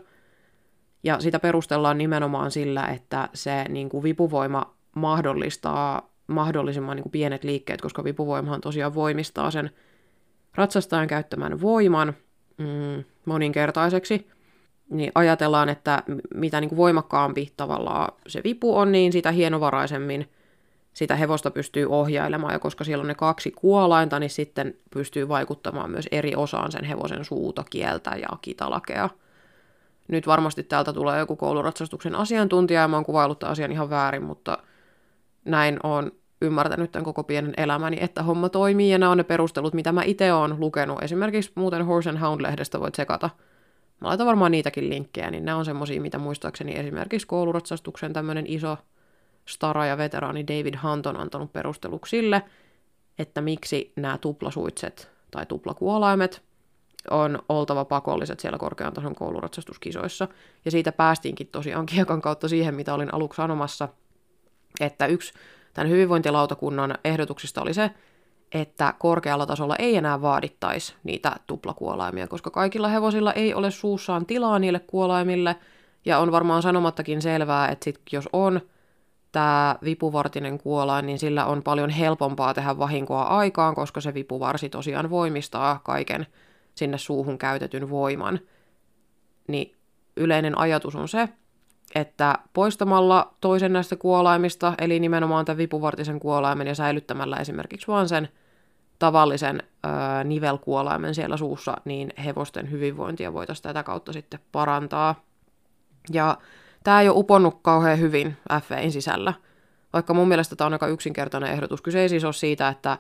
Speaker 1: Ja sitä perustellaan nimenomaan sillä, että se niin kuin vipuvoima mahdollistaa mahdollisimman niin kuin pienet liikkeet, koska vipuvoimahan tosiaan voimistaa sen ratsastajan käyttämän voiman mm, moninkertaiseksi. Niin ajatellaan, että mitä niin kuin voimakkaampi tavallaan se vipu on, niin sitä hienovaraisemmin sitä hevosta pystyy ohjailemaan, ja koska siellä on ne kaksi kuolainta, niin sitten pystyy vaikuttamaan myös eri osaan sen hevosen suuta, kieltä ja kitalakea. Nyt varmasti täältä tulee joku kouluratsastuksen asiantuntija, ja mä oon kuvaillut tämän asian ihan väärin, mutta näin on ymmärtänyt tämän koko pienen elämäni, että homma toimii, ja nämä on ne perustelut, mitä mä itse oon lukenut. Esimerkiksi muuten Horse and Hound-lehdestä voit sekata. Mä laitan varmaan niitäkin linkkejä, niin nämä on semmosia, mitä muistaakseni esimerkiksi kouluratsastuksen tämmöinen iso stara ja veteraani David Hunt on antanut perusteluksi sille, että miksi nämä tuplasuitset tai tuplakuolaimet on oltava pakolliset siellä korkean tason kouluratsastuskisoissa. Ja siitä päästiinkin tosiaan kiekan kautta siihen, mitä olin aluksi sanomassa, että yksi tämän hyvinvointilautakunnan ehdotuksista oli se, että korkealla tasolla ei enää vaadittaisi niitä tuplakuolaimia, koska kaikilla hevosilla ei ole suussaan tilaa niille kuolaimille, ja on varmaan sanomattakin selvää, että sit jos on tämä vipuvartinen kuolain, niin sillä on paljon helpompaa tehdä vahinkoa aikaan, koska se vipuvarsi tosiaan voimistaa kaiken sinne suuhun käytetyn voiman. Niin yleinen ajatus on se, että poistamalla toisen näistä kuolaimista, eli nimenomaan tämän vipuvartisen kuolaimen ja säilyttämällä esimerkiksi vaan sen tavallisen ää, nivelkuolaimen siellä suussa, niin hevosten hyvinvointia voitaisiin tätä kautta sitten parantaa. Ja tämä ei ole uponnut kauhean hyvin F A:n sisällä, vaikka mun mielestä tämä on aika yksinkertainen ehdotus. Kyse ei siis ole siitä, että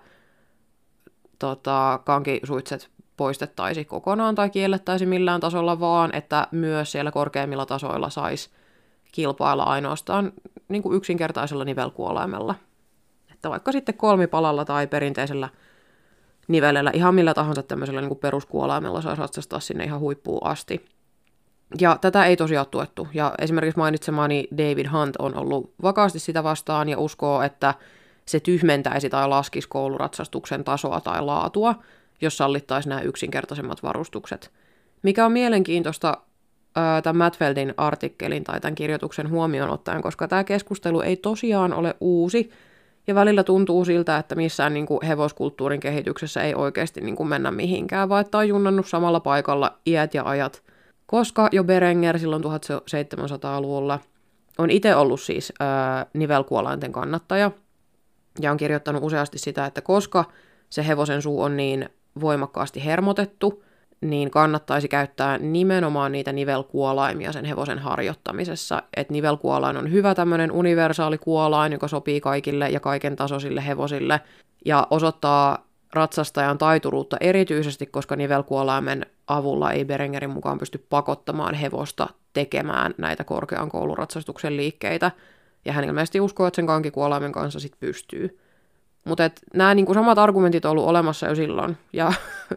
Speaker 1: tota, kankisuitset poistettaisiin kokonaan tai kiellettäisiin millään tasolla, vaan että myös siellä korkeimmilla tasoilla saisi kilpailla ainoastaan niin kuin yksinkertaisella nivelkuolaimella. Että vaikka sitten kolmipalalla tai perinteisellä nivelellä, ihan millä tahansa tämmöisellä niin kuin peruskuolaimella saisi ratsastaa sinne ihan huippuun asti. Ja tätä ei tosiaan ole tuettu. Ja esimerkiksi mainitsemani David Hunt on ollut vakaasti sitä vastaan ja uskoo, että se tyhmentäisi tai laskisi kouluratsastuksen tasoa tai laatua, jos sallittaisiin nämä yksinkertaisemmat varustukset. Mikä on mielenkiintoista ää, tämän Mattfeldin artikkelin tai tämän kirjoituksen huomioon ottaen, koska tämä keskustelu ei tosiaan ole uusi, ja välillä tuntuu siltä, että missään niin kuin hevoskulttuurin kehityksessä ei oikeasti niin kuin mennä mihinkään, vaan että on junnannut samalla paikalla iät ja ajat, koska jo Berenger silloin tuhatseitsemänsataaluvulla on itse ollut siis ää, nivelkuolainten kannattaja, ja on kirjoittanut useasti sitä, että koska se hevosen suu on niin voimakkaasti hermotettu, niin kannattaisi käyttää nimenomaan niitä nivelkuolaimia sen hevosen harjoittamisessa. Että nivelkuolain on hyvä tämmöinen universaali kuolain, joka sopii kaikille ja kaiken tasoisille hevosille, ja osoittaa ratsastajan taituruutta erityisesti, koska nivelkuolaimen avulla ei Berengerin mukaan pysty pakottamaan hevosta tekemään näitä korkean kouluratsastuksen liikkeitä, ja hän ilmeisesti uskoo, että sen kankikuolaimen kanssa sit pystyy. Mutta nämä niinku samat argumentit on ollut olemassa jo silloin, ja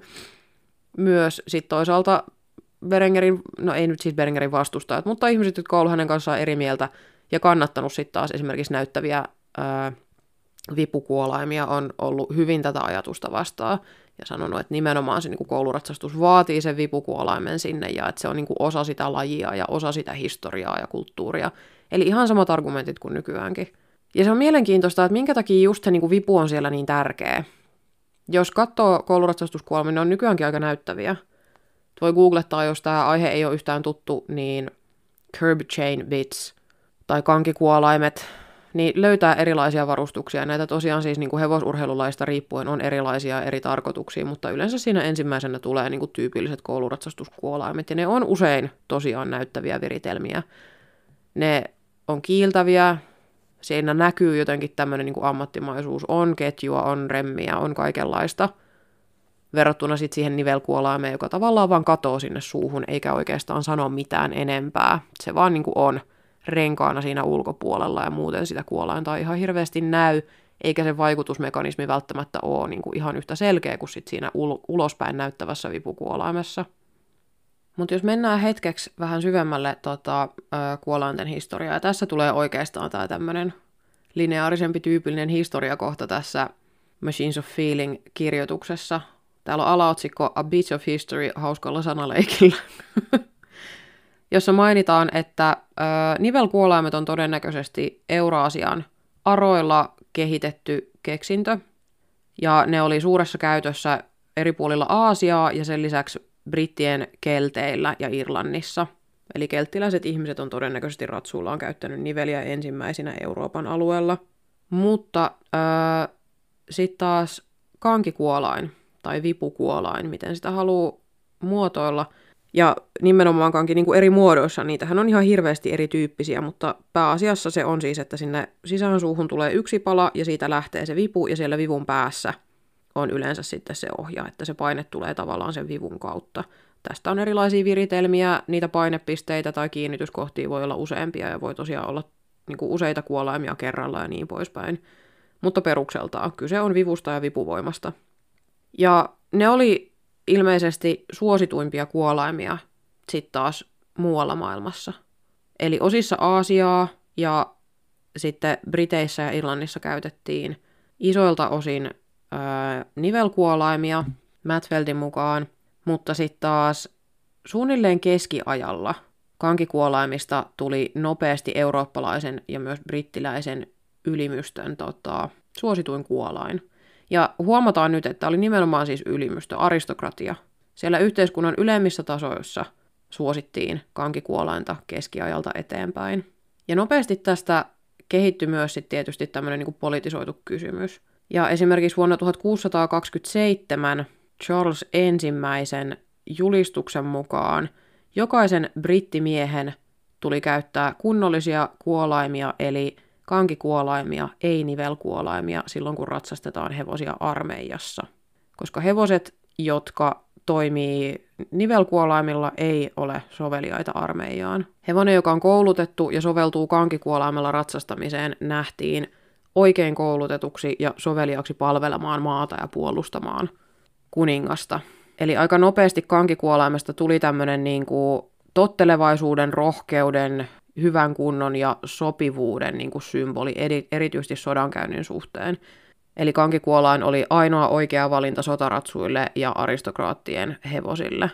Speaker 1: myös sitten toisaalta Berengerin, no ei nyt siis Berengerin vastustajat, mutta ihmiset, jotka on ollut hänen kanssaan eri mieltä ja kannattanut sitten taas esimerkiksi näyttäviä ää, vipukuolaimia, on ollut hyvin tätä ajatusta vastaan ja sanonut, että nimenomaan se niinku kouluratsastus vaatii sen vipukuolaimen sinne ja että se on niinku osa sitä lajia ja osa sitä historiaa ja kulttuuria. Eli ihan samat argumentit kuin nykyäänkin. Ja se on mielenkiintoista, että minkä takia just se niinku vipu on siellä niin tärkeä. Jos katsoo kouluratsastuskuolmia, ne on nykyäänkin aika näyttäviä. Voi googlettaa, jos tämä aihe ei ole yhtään tuttu, niin curb chain bits tai kankikuolaimet, niin löytää erilaisia varustuksia. Näitä tosiaan siis niin kuin hevosurheilulaista riippuen on erilaisia eri tarkoituksia, mutta yleensä siinä ensimmäisenä tulee niin kuin tyypilliset kouluratsastuskuolaimet, ja ne on usein tosiaan näyttäviä viritelmiä. Ne on kiiltäviä, siinä näkyy jotenkin tämmöinen niin kuin ammattimaisuus, on ketjua, on remmiä, on kaikenlaista, verrattuna sitten siihen nivelkuolaimeen, joka tavallaan vaan katoo sinne suuhun, eikä oikeastaan sano mitään enempää. Se vaan niin kuin on renkaana siinä ulkopuolella, ja muuten sitä kuolainta ei ihan hirveästi näy, eikä se vaikutusmekanismi välttämättä ole niin kuin ihan yhtä selkeä kuin sit siinä ul- ulospäin näyttävässä vipukuolaimessa. Mutta jos mennään hetkeksi vähän syvemmälle tota, äh, kuolainten historiaa, ja tässä tulee oikeastaan tämä tämmöinen lineaarisempi tyypillinen historiakohta tässä Machines of Feeling-kirjoituksessa. Täällä on alaotsikko A Bit of History hauskalla sanaleikillä, jossa mainitaan, että äh, nivelkuolaimet on todennäköisesti Euraasian aroilla kehitetty keksintö, ja ne oli suuressa käytössä eri puolilla Aasiaa ja sen lisäksi brittien kelteillä ja Irlannissa. Eli kelttiläiset ihmiset on todennäköisesti ratsuillaan käyttänyt niveliä ensimmäisinä Euroopan alueella. Mutta äh, sitten taas kankikuolain tai vipukuolain, miten sitä haluaa muotoilla. Ja nimenomaan kanki niin kuin eri muodoissa, niitähän on ihan hirveästi erityyppisiä, mutta pääasiassa se on siis, että sinne sisään suuhun tulee yksi pala ja siitä lähtee se vipu ja siellä vivun päässä on yleensä sitten se ohja, että se paine tulee tavallaan sen vivun kautta. Tästä on erilaisia viritelmiä, niitä painepisteitä tai kiinnityskohtia voi olla useampia ja voi tosiaan olla niin kuin useita kuolaimia kerralla ja niin poispäin. Mutta perukseltaan kyse on vivusta ja vipuvoimasta. Ja ne oli ilmeisesti suosituimpia kuolaimia sitten taas muualla maailmassa. Eli osissa Aasiaa ja sitten Briteissä ja Irlannissa käytettiin isoilta osin öö, nivelkuolaimia Mattfeldin mukaan, mutta sitten taas suunnilleen keskiajalla kankikuolaimista tuli nopeasti eurooppalaisen ja myös brittiläisen ylimystön tota, suosituin kuolain. Ja huomataan nyt, että oli nimenomaan siis ylimystö, aristokratia. Siellä yhteiskunnan ylemmissä tasoissa suosittiin kankikuolainta keskiajalta eteenpäin. Ja nopeasti tästä kehittyi myös sit tietysti tämmöinen niin politisoitu kysymys. Ja esimerkiksi vuonna tuhatkuusisataakaksikymmentäseitsemän Charles ensimmäisen julistuksen mukaan jokaisen brittimiehen tuli käyttää kunnollisia kuolaimia, eli kankikuolaimia, ei nivelkuolaimia, silloin kun ratsastetaan hevosia armeijassa. Koska hevoset, jotka toimii nivelkuolaimilla, ei ole soveliaita armeijaan. Hevonen, joka on koulutettu ja soveltuu kankikuolaimella ratsastamiseen, nähtiin oikein koulutetuksi ja soveliaaksi palvelemaan maata ja puolustamaan kuningasta. Eli aika nopeasti kankikuolaimesta tuli tämmöinen niin kuin tottelevaisuuden, rohkeuden, hyvän kunnon ja sopivuuden niin kuin symboli, erityisesti sodankäynnin suhteen. Eli kankikuolain oli ainoa oikea valinta sotaratsuille ja aristokraattien hevosille.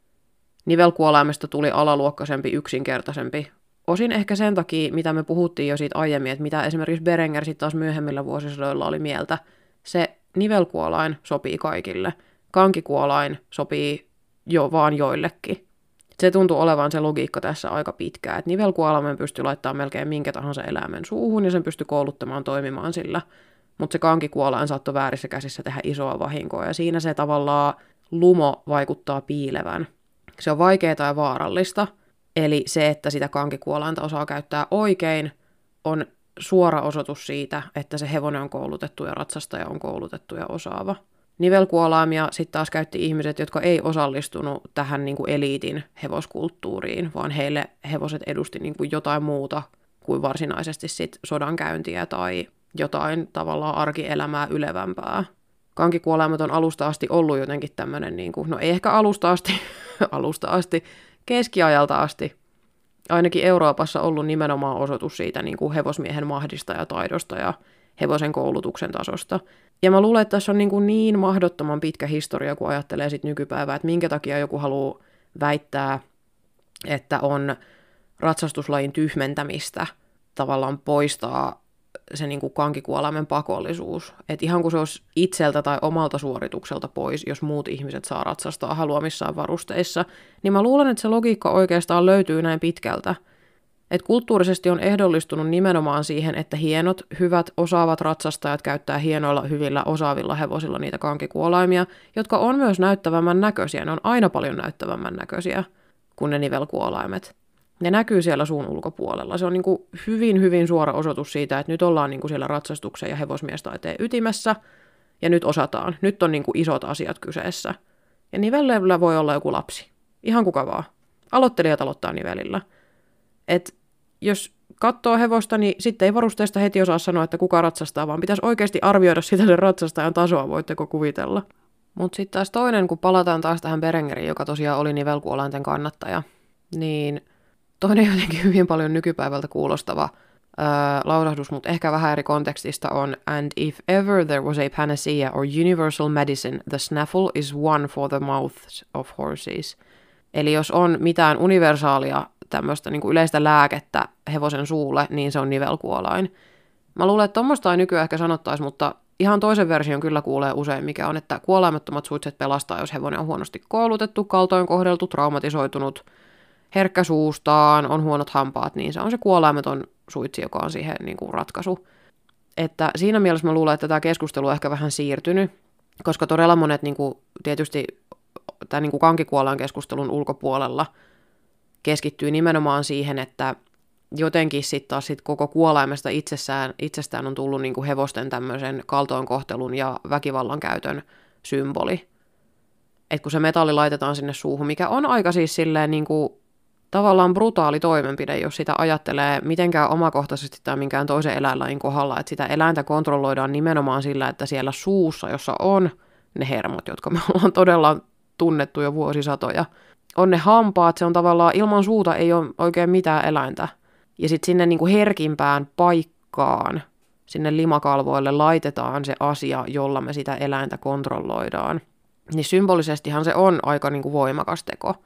Speaker 1: Nivelkuolaimesta tuli alaluokkaisempi, yksinkertaisempi. Osin ehkä sen takia, mitä me puhuttiin jo siitä aiemmin, että mitä esimerkiksi Berenger sitten taas myöhemmillä vuosisadoilla oli mieltä. Se nivelkuolain sopii kaikille. Kankikuolain sopii jo vaan joillekin. Se tuntui olevan se logiikka tässä aika pitkään, että nivelkuolaimen pystyi laittamaan melkein minkä tahansa eläimen suuhun ja sen pystyi kouluttamaan toimimaan sillä. Mutta se kankikuolain saattoi väärissä käsissä tehdä isoa vahinkoa ja siinä se tavallaan lumo vaikuttaa piilevän. Se on vaikeaa ja vaarallista, eli se, että sitä kankikuolainta osaa käyttää oikein, on suora osoitus siitä, että se hevonen on koulutettu ja ratsastaja on koulutettu ja osaava. Nivelkuolaimia sitten taas käytti ihmiset, jotka ei osallistunut tähän niin kuin eliitin hevoskulttuuriin, vaan heille hevoset edusti niin kuin jotain muuta kuin varsinaisesti sit sodankäyntiä tai jotain tavallaan arkielämää ylevämpää. Kankikuolaimet on alusta asti ollut jotenkin tämmöinen, niin kuin, no ei ehkä alusta asti, alusta asti, keskiajalta asti, ainakin Euroopassa ollut nimenomaan osoitus siitä niin kuin hevosmiehen mahdista ja taidosta ja hevosen koulutuksen tasosta. Ja mä luulen, että tässä on niin, kuin niin mahdottoman pitkä historia, kun ajattelee sit nykypäivää, että minkä takia joku haluaa väittää, että on ratsastuslajin tyhmentämistä tavallaan poistaa se niin kuin kankikuolaimen pakollisuus. Että ihan kun se olisi itseltä tai omalta suoritukselta pois, jos muut ihmiset saa ratsastaa haluamissaan varusteissa, niin mä luulen, että se logiikka oikeastaan löytyy näin pitkältä. Että kulttuurisesti on ehdollistunut nimenomaan siihen, että hienot, hyvät, osaavat ratsastajat käyttää hienoilla, hyvillä, osaavilla hevosilla niitä kankikuolaimia, jotka on myös näyttävämmän näköisiä. Ne on aina paljon näyttävämmän näköisiä kuin ne nivelkuolaimet. Ne näkyy siellä suun ulkopuolella. Se on niin kuin hyvin, hyvin suora osoitus siitä, että nyt ollaan niin kuin siellä ratsastuksen ja hevosmiestaiteen ytimessä, ja nyt osataan. Nyt on niin kuin isot asiat kyseessä. Ja nivellellä voi olla joku lapsi. Ihan kuka vaan. Aloittelijat aloittaa nivelillä. Et jos katsoo hevosta, niin sitten ei varusteista heti osaa sanoa, että kuka ratsastaa, vaan pitäisi oikeasti arvioida sitä sen ratsastajan tasoa, voitteko kuvitella. Mutta sitten taas toinen, kun palataan taas tähän Berengeriin, joka tosiaan oli nivelkuolainten kannattaja, niin toinen jotenkin hyvin paljon nykypäivältä kuulostava ää, lausahdus, mutta ehkä vähän eri kontekstista on "And if ever there was a panacea or universal medicine, the snaffle is one for the mouths of horses." Eli jos on mitään universaalia tämmöistä niin kuin yleistä lääkettä hevosen suulle, niin se on nivelkuolain. Mä luulen, että tuommoista ei nykyään ehkä sanottaisi, mutta ihan toisen version kyllä kuulee usein, mikä on, että kuolaimettomat suitset pelastaa, jos hevonen on huonosti koulutettu, kaltoin kohdeltu, traumatisoitunut, herkkä suustaan, on huonot hampaat, niin se on se kuolaimeton suitsi, joka on siihen niin kuin ratkaisu. Että siinä mielessä mä luulen, että tämä keskustelu on ehkä vähän siirtynyt, koska todella monet niin kuin, tietysti tämän niin kuin kankikuolain keskustelun ulkopuolella keskittyy nimenomaan siihen, että jotenkin sitten taas sit koko kuolaimesta itsessään, itsestään on tullut niin kuin hevosten tämmöisen kaltoinkohtelun ja väkivallan käytön symboli. Et kun se metalli laitetaan sinne suuhun, mikä on aika siis silleen niin kuin tavallaan brutaali toimenpide, jos sitä ajattelee mitenkään omakohtaisesti tai minkään toisen eläinlajin kohdalla, että sitä eläintä kontrolloidaan nimenomaan sillä, että siellä suussa, jossa on ne hermot, jotka me ollaan todella tunnettu jo vuosisatoja, on ne hampaat, se on tavallaan, ilman suuta ei ole oikein mitään eläintä. Ja sitten sinne niin kuin herkimpään paikkaan, sinne limakalvoille laitetaan se asia, jolla me sitä eläintä kontrolloidaan. Niin symbolisestihan se on aika niin kuin voimakas teko.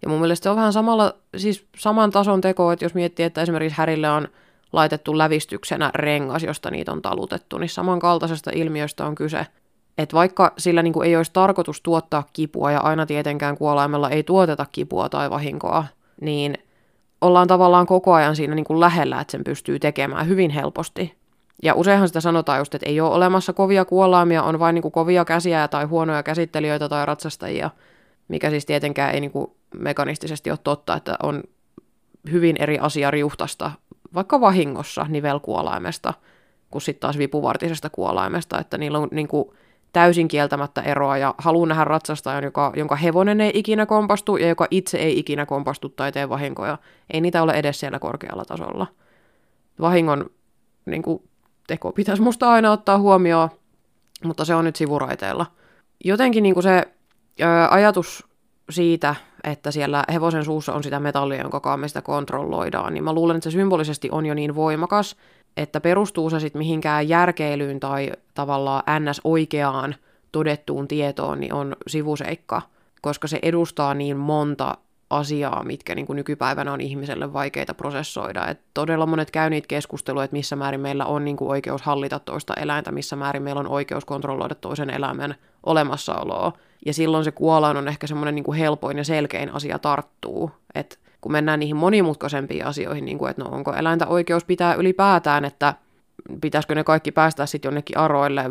Speaker 1: Ja mun mielestä se on vähän samalla, siis saman tason teko, että jos miettii, että esimerkiksi Harrylle on laitettu lävistyksenä rengas, josta niitä on talutettu, niin samankaltaisesta ilmiöstä on kyse. Että vaikka sillä niin kuin ei olisi tarkoitus tuottaa kipua, ja aina tietenkään kuolaimella ei tuoteta kipua tai vahinkoa, niin ollaan tavallaan koko ajan siinä niin kuin lähellä, että sen pystyy tekemään hyvin helposti. Ja useinhan sitä sanotaan just, että ei ole olemassa kovia kuolaimia, on vain niin kuin kovia käsiä tai huonoja käsittelijöitä tai ratsastajia, mikä siis tietenkään ei niin kuin mekanistisesti ole totta, että on hyvin eri asia riuhtasta, vaikka vahingossa nivelkuolaimesta, kuin sitten taas vipuvartisesta kuolaimesta, että niillä on niin kuin täysin kieltämättä eroa, ja haluan nähdä ratsastajan, joka, jonka hevonen ei ikinä kompastu, ja joka itse ei ikinä kompastu tai tee vahinkoja. Ei niitä ole edes siellä korkealla tasolla. Vahingon niin kuin, teko pitäisi musta aina ottaa huomioon, mutta se on nyt sivuraiteella. Jotenkin niin kuin se ö, ajatus siitä, että siellä hevosen suussa on sitä metallia, jonka kautta me sitä kontrolloidaan, niin mä luulen, että se symbolisesti on jo niin voimakas, että perustuu se sitten mihinkään järkeilyyn tai tavallaan ns. Oikeaan todettuun tietoon, niin on sivuseikka, koska se edustaa niin monta asiaa, mitkä niin kuin nykypäivänä on ihmiselle vaikeita prosessoida. Et todella monet käy niitä keskusteluja, että missä määrin meillä on niin kuin oikeus hallita toista eläintä, missä määrin meillä on oikeus kontrolloida toisen eläimen olemassaoloa. Ja silloin se kuolain on ehkä semmoinen niin kuin helpoin ja selkein asia tarttuu, että kun mennään niihin monimutkaisempiin asioihin, niin kuin, että no onko eläintä oikeus pitää ylipäätään, että pitäisikö ne kaikki päästää sitten jonnekin aroille.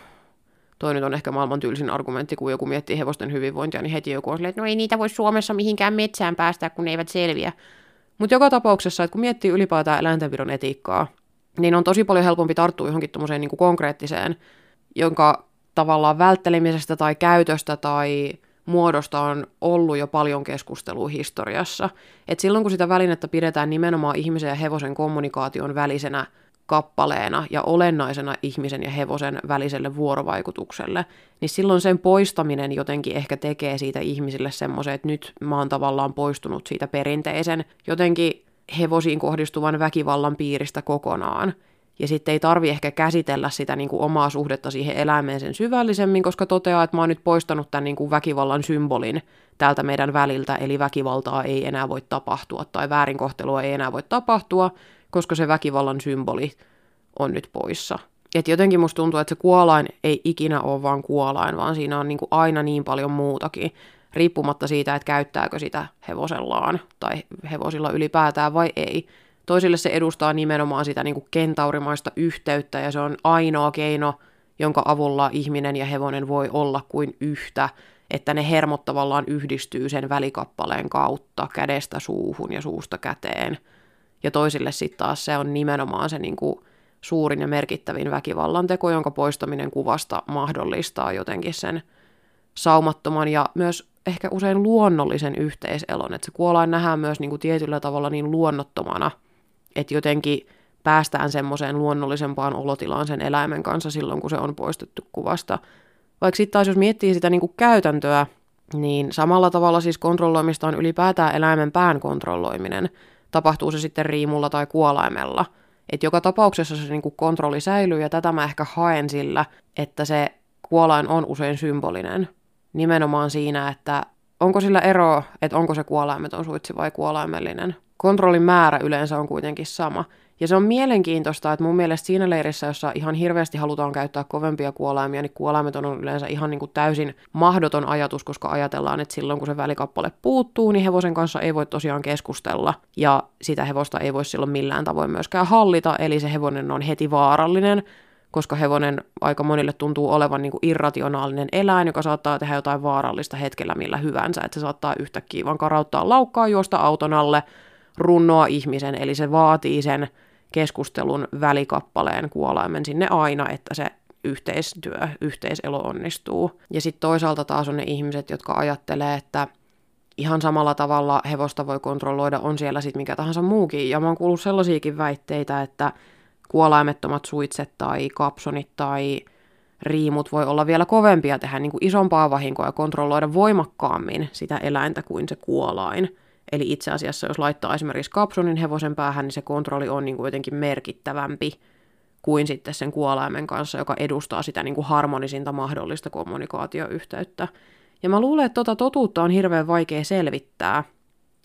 Speaker 1: Toi nyt on ehkä maailman tylsin argumentti, kun joku miettii hevosten hyvinvointia, niin heti joku on silleen, että no ei niitä voi Suomessa mihinkään metsään päästää, kun ne eivät selviä. Mutta joka tapauksessa, että kun miettii ylipäätään eläintenpidon etiikkaa, niin on tosi paljon helpompi tarttua johonkin tommoseen niin kuin konkreettiseen, jonka tavallaan välttelemisestä tai käytöstä tai muodosta on ollut jo paljon keskustelua historiassa. Et silloin kun sitä välinettä pidetään nimenomaan ihmisen ja hevosen kommunikaation välisenä kappaleena ja olennaisena ihmisen ja hevosen väliselle vuorovaikutukselle, niin silloin sen poistaminen jotenkin ehkä tekee siitä ihmisille semmoisen, että nyt mä oon tavallaan poistunut siitä perinteisen jotenkin hevosiin kohdistuvan väkivallan piiristä kokonaan. Ja sitten ei tarvi ehkä käsitellä sitä niin kuin omaa suhdetta siihen eläimeen sen syvällisemmin, koska toteaa, että mä oon nyt poistanut tämän niin kuin väkivallan symbolin täältä meidän väliltä, eli väkivaltaa ei enää voi tapahtua tai väärinkohtelua ei enää voi tapahtua, koska se väkivallan symboli on nyt poissa. Et jotenkin musta tuntuu, että se kuolain ei ikinä ole vaan kuolain, vaan siinä on niin kuin aina niin paljon muutakin, riippumatta siitä, että käyttääkö sitä hevosellaan tai hevosilla ylipäätään vai ei. Toisille se edustaa nimenomaan sitä niin kuin kentaurimaista yhteyttä, ja se on ainoa keino, jonka avulla ihminen ja hevonen voi olla kuin yhtä, että ne hermot tavallaan yhdistyy sen välikappaleen kautta kädestä suuhun ja suusta käteen. Ja toisille sitten taas se on nimenomaan se niin kuin suurin ja merkittävin väkivallan teko, jonka poistaminen kuvasta mahdollistaa jotenkin sen saumattoman ja myös ehkä usein luonnollisen yhteiselon. Että se kuolain nähdään myös niin kuin tietyllä tavalla niin luonnottomana, että jotenkin päästään semmoiseen luonnollisempaan olotilaan sen eläimen kanssa silloin, kun se on poistettu kuvasta. Vaikka sitten taas, jos miettii sitä niin kuin käytäntöä, niin samalla tavalla siis kontrolloimista on ylipäätään eläimen pään kontrolloiminen. Tapahtuu se sitten riimulla tai kuolaimella. Että joka tapauksessa se niin kuin kontrolli säilyy, ja tätä mä ehkä haen sillä, että se kuolain on usein symbolinen. Nimenomaan siinä, että onko sillä eroa, että onko se kuolaimeton suitsi vai kuolaimellinen. Kontrollin määrä yleensä on kuitenkin sama. Ja se on mielenkiintoista, että mun mielestä siinä leirissä, jossa ihan hirveästi halutaan käyttää kovempia kuolaimia, niin kuolaimeton on yleensä ihan niin kuin täysin mahdoton ajatus, koska ajatellaan, että silloin kun se välikappale puuttuu, niin hevosen kanssa ei voi tosiaan keskustella, ja sitä hevosta ei voi silloin millään tavoin myöskään hallita, eli se hevonen on heti vaarallinen, koska hevonen aika monille tuntuu olevan niin kuin irrationaalinen eläin, joka saattaa tehdä jotain vaarallista hetkellä millä hyvänsä, että se saattaa yhtäkkiä vaan karauttaa laukkaa, juosta auton alle, runnoa ihmisen, eli se vaatii sen keskustelun välikappaleen kuolaimen sinne aina, että se yhteistyö, yhteiselo onnistuu. Ja sitten toisaalta taas on ne ihmiset, jotka ajattelee, että ihan samalla tavalla hevosta voi kontrolloida, on siellä sitten mikä tahansa muukin. Ja mä oon kuullut sellaisiakin väitteitä, että kuolaimettomat suitset tai kapsonit tai riimut voi olla vielä kovempia, tehdä niin kuin isompaa vahinkoa ja kontrolloida voimakkaammin sitä eläintä kuin se kuolain. Eli itse asiassa, jos laittaa esimerkiksi kapsonin hevosen päähän, niin se kontrolli on niin kuin jotenkin merkittävämpi kuin sitten sen kuolaimen kanssa, joka edustaa sitä niin kuin harmonisinta mahdollista kommunikaatioyhteyttä. Ja mä luulen, että tota totuutta on hirveän vaikea selvittää,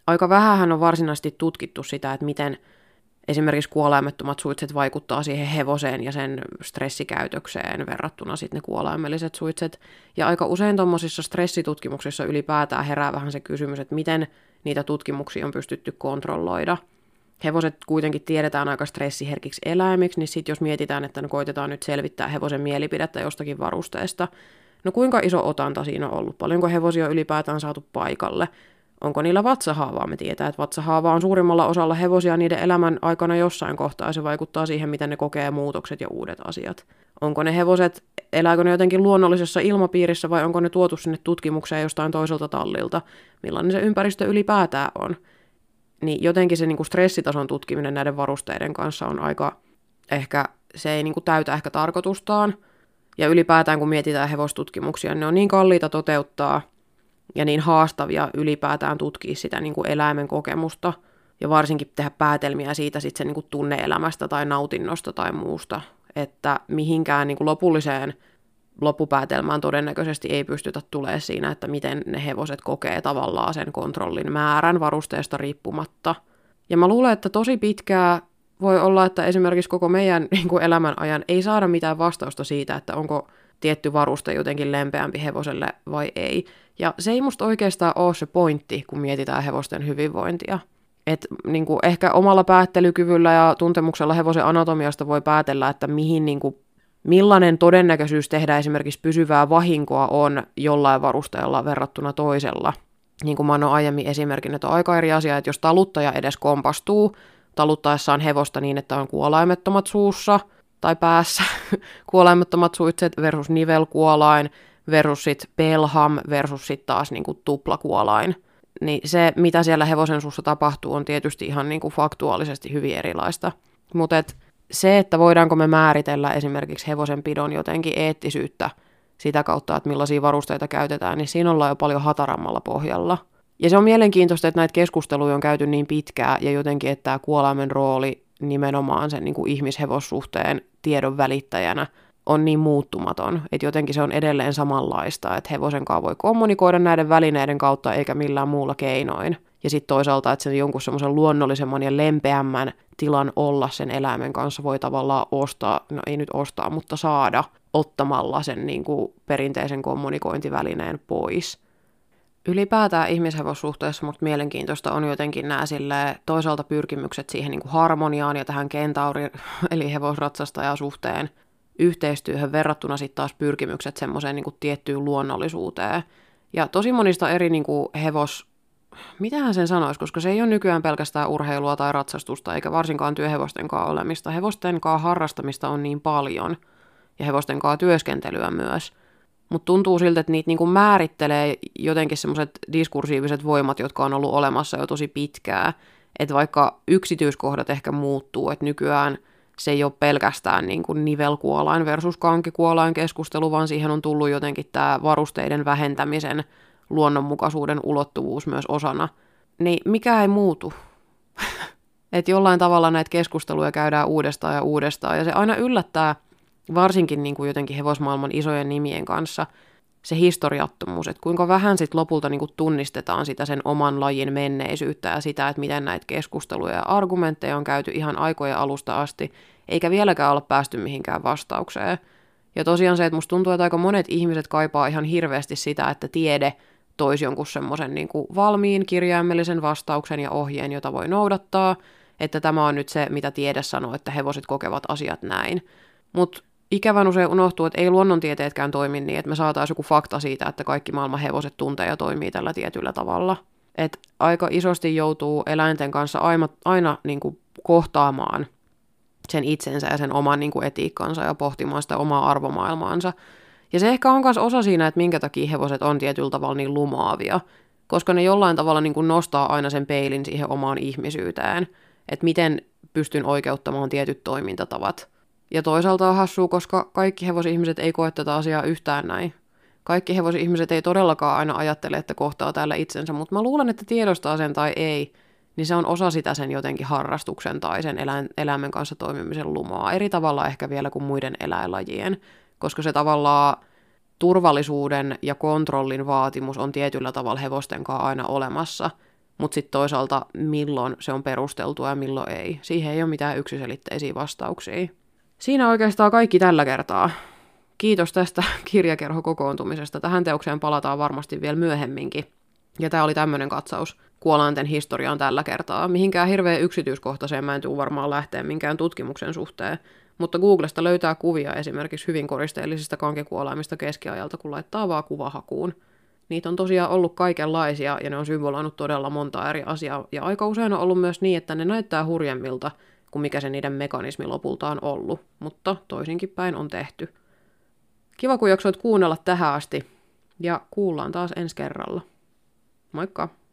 Speaker 1: aika vähähän on varsinaisesti tutkittu sitä, että miten esimerkiksi kuolaimettomat suitset vaikuttaa siihen hevoseen ja sen stressikäytökseen verrattuna sitten ne kuolaimelliset suitset. Ja aika usein tuommoisissa stressitutkimuksissa ylipäätään herää vähän se kysymys, että miten niitä tutkimuksia on pystytty kontrolloida. Hevoset kuitenkin tiedetään aika stressiherkiksi eläimiksi, niin sitten jos mietitään, että no koitetaan nyt selvittää hevosen mielipidettä jostakin varusteesta, no kuinka iso otanta siinä on ollut, paljonko hevosia on ylipäätään saatu paikalle, onko niillä vatsahaavaa, me tietää, että vatsahaava on suurimmalla osalla hevosia niiden elämän aikana jossain kohtaa, ja se vaikuttaa siihen, miten ne kokee muutokset ja uudet asiat. Onko ne hevoset, elääkö ne jotenkin luonnollisessa ilmapiirissä, vai onko ne tuotu sinne tutkimukseen jostain toiselta tallilta, millainen se ympäristö ylipäätään on. Niin jotenkin se niin kuin stressitason tutkiminen näiden varusteiden kanssa on aika, ehkä, se ei niin kuin täytä ehkä tarkoitustaan. Ja ylipäätään kun mietitään hevostutkimuksia, ne on niin kalliita toteuttaa ja niin haastavia ylipäätään tutkia sitä niin kuin eläimen kokemusta ja varsinkin tehdä päätelmiä siitä sit sen niin kuin tunne-elämästä tai nautinnosta tai muusta, että mihinkään niin kuin lopulliseen loppupäätelmään todennäköisesti ei pystytä tulemaan siinä, että miten ne hevoset kokee tavallaan sen kontrollin määrän varusteesta riippumatta. Ja mä luulen, että tosi pitkää voi olla, että esimerkiksi koko meidän niin kuin elämän ajan ei saada mitään vastausta siitä, että onko tietty varuste jotenkin lempeämpi hevoselle vai ei. Ja se ei musta oikeastaan ole se pointti, kun mietitään hevosten hyvinvointia. Et, niin kuin ehkä omalla päättelykyvyllä ja tuntemuksella hevosen anatomiasta voi päätellä, että mihin niin kuin millainen todennäköisyys tehdä esimerkiksi pysyvää vahinkoa on jollain varusteella verrattuna toisella. Niin kuin mä oon aiemmin esimerkin, että on aika eri asia, että jos taluttaja edes kompastuu taluttaessaan hevosta niin, että on kuolaimettomat suussa tai päässä, kuolaimettomat suitset versus nivelkuolain versus sit pelham versus sit taas niin kuin tuplakuolain. Niin se, mitä siellä hevosen suussa tapahtuu, on tietysti ihan niin kuin faktuaalisesti hyvin erilaista. Mutta se, että voidaanko me määritellä esimerkiksi hevosen pidon jotenkin eettisyyttä sitä kautta, että millaisia varusteita käytetään, niin siinä ollaan jo paljon hatarammalla pohjalla. Ja se on mielenkiintoista, että näitä keskusteluja on käyty niin pitkään ja jotenkin, että tämä kuolaimen rooli nimenomaan sen niin kuin ihmishevossuhteen tiedon välittäjänä on niin muuttumaton, että jotenkin se on edelleen samanlaista, että hevosen kanssa voi kommunikoida näiden välineiden kautta eikä millään muulla keinoin. Ja sitten toisaalta, että sen jonkun semmoisen luonnollisemman ja lempeämmän tilan olla sen eläimen kanssa voi tavallaan ostaa, no ei nyt ostaa, mutta saada ottamalla sen niin kuin perinteisen kommunikointivälineen pois. Ylipäätään ihmishevossuhteessa musta mielenkiintoista on jotenkin nämä silleen, toisaalta pyrkimykset siihen niin kuin harmoniaan ja tähän kentauri eli hevosratsastajasuhteen yhteistyöhön verrattuna sitten taas pyrkimykset semmoiseen niin kuin tiettyyn luonnollisuuteen. Ja tosi monista eri niin kuin hevos, mitähän sen sanoisi, koska se ei ole nykyään pelkästään urheilua tai ratsastusta, eikä varsinkaan työhevostenkaan olemista. Hevostenkaan harrastamista on niin paljon, ja hevostenkaan työskentelyä myös. Mutta tuntuu siltä, että niitä niinku määrittelee jotenkin semmoiset diskursiiviset voimat, jotka on ollut olemassa jo tosi pitkään. Että vaikka yksityiskohdat ehkä muuttuu, että nykyään se ei ole pelkästään niinku nivelkuolain versus kankikuolain keskustelu, vaan siihen on tullut jotenkin tämä varusteiden vähentämisen luonnonmukaisuuden ulottuvuus myös osana. Niin mikä ei muutu? Että jollain tavalla näitä keskusteluja käydään uudestaan ja uudestaan, ja se aina yllättää, varsinkin niin kuin jotenkin hevosmaailman isojen nimien kanssa, se historiattomuus, että kuinka vähän sit lopulta niin kuin tunnistetaan sitä sen oman lajin menneisyyttä ja sitä, että miten näitä keskusteluja ja argumentteja on käyty ihan aikojen alusta asti, eikä vieläkään olla päästy mihinkään vastaukseen. Ja tosiaan se, että musta tuntuu, että aika monet ihmiset kaipaa ihan hirveästi sitä, että tiede toisi jonkun semmoisen niin kuin valmiin kirjaimellisen vastauksen ja ohjeen, jota voi noudattaa, että tämä on nyt se, mitä tiede sanoo, että hevoset kokevat asiat näin. Mutta ikävän usein unohtuu, että ei luonnontieteetkään toimi niin, että me saataisiin joku fakta siitä, että kaikki maailman hevoset tuntee ja toimii tällä tietyllä tavalla. Et aika isosti joutuu eläinten kanssa aina, aina niin kuin kohtaamaan sen itsensä ja sen oman niin kuin etiikkansa ja pohtimaan sitä omaa arvomaailmaansa. Ja se ehkä on myös osa siinä, että minkä takia hevoset on tietyllä tavalla niin lumoavia, koska ne jollain tavalla niin kuin nostaa aina sen peilin siihen omaan ihmisyyteen, että miten pystyn oikeuttamaan tietyt toimintatavat. Ja toisaalta on hassua, koska kaikki hevosihmiset ei koe tätä asiaa yhtään näin. Kaikki hevosihmiset ei todellakaan aina ajattele, että kohtaa täällä itsensä, mutta mä luulen, että tiedostaa sen tai ei, niin se on osa sitä sen jotenkin harrastuksen tai sen eläin, eläimen kanssa toimimisen lumoa. Eri tavalla ehkä vielä kuin muiden eläinlajien, koska se tavallaan turvallisuuden ja kontrollin vaatimus on tietyllä tavalla hevostenkaan aina olemassa. mutta sitten toisaalta milloin se on perusteltua ja milloin ei. Siihen ei ole mitään yksiselitteisiä vastauksia. Siinä oikeastaan kaikki tällä kertaa. Kiitos tästä kirjakerhokokoontumisesta. Tähän teokseen palataan varmasti vielä myöhemminkin. Ja tämä oli tämmöinen katsaus kuolainten historiaan tällä kertaa. Mihinkään hirveän yksityiskohtaiseen mä en tule varmaan lähteä minkään tutkimuksen suhteen, mutta Googlesta löytää kuvia esimerkiksi hyvin koristeellisista kankikuolaimista keskiajalta, kun laittaa vaan kuvahakuun. Niitä on tosiaan ollut kaikenlaisia ja ne on symboloinut todella monta eri asiaa. Ja aika usein on ollut myös niin, että ne näyttää hurjemmilta kuin mikä se niiden mekanismi lopulta on ollut, mutta toisinkin päin on tehty. Kiva, kun jaksoit kuunnella tähän asti ja kuullaan taas ensi kerralla. Moikka!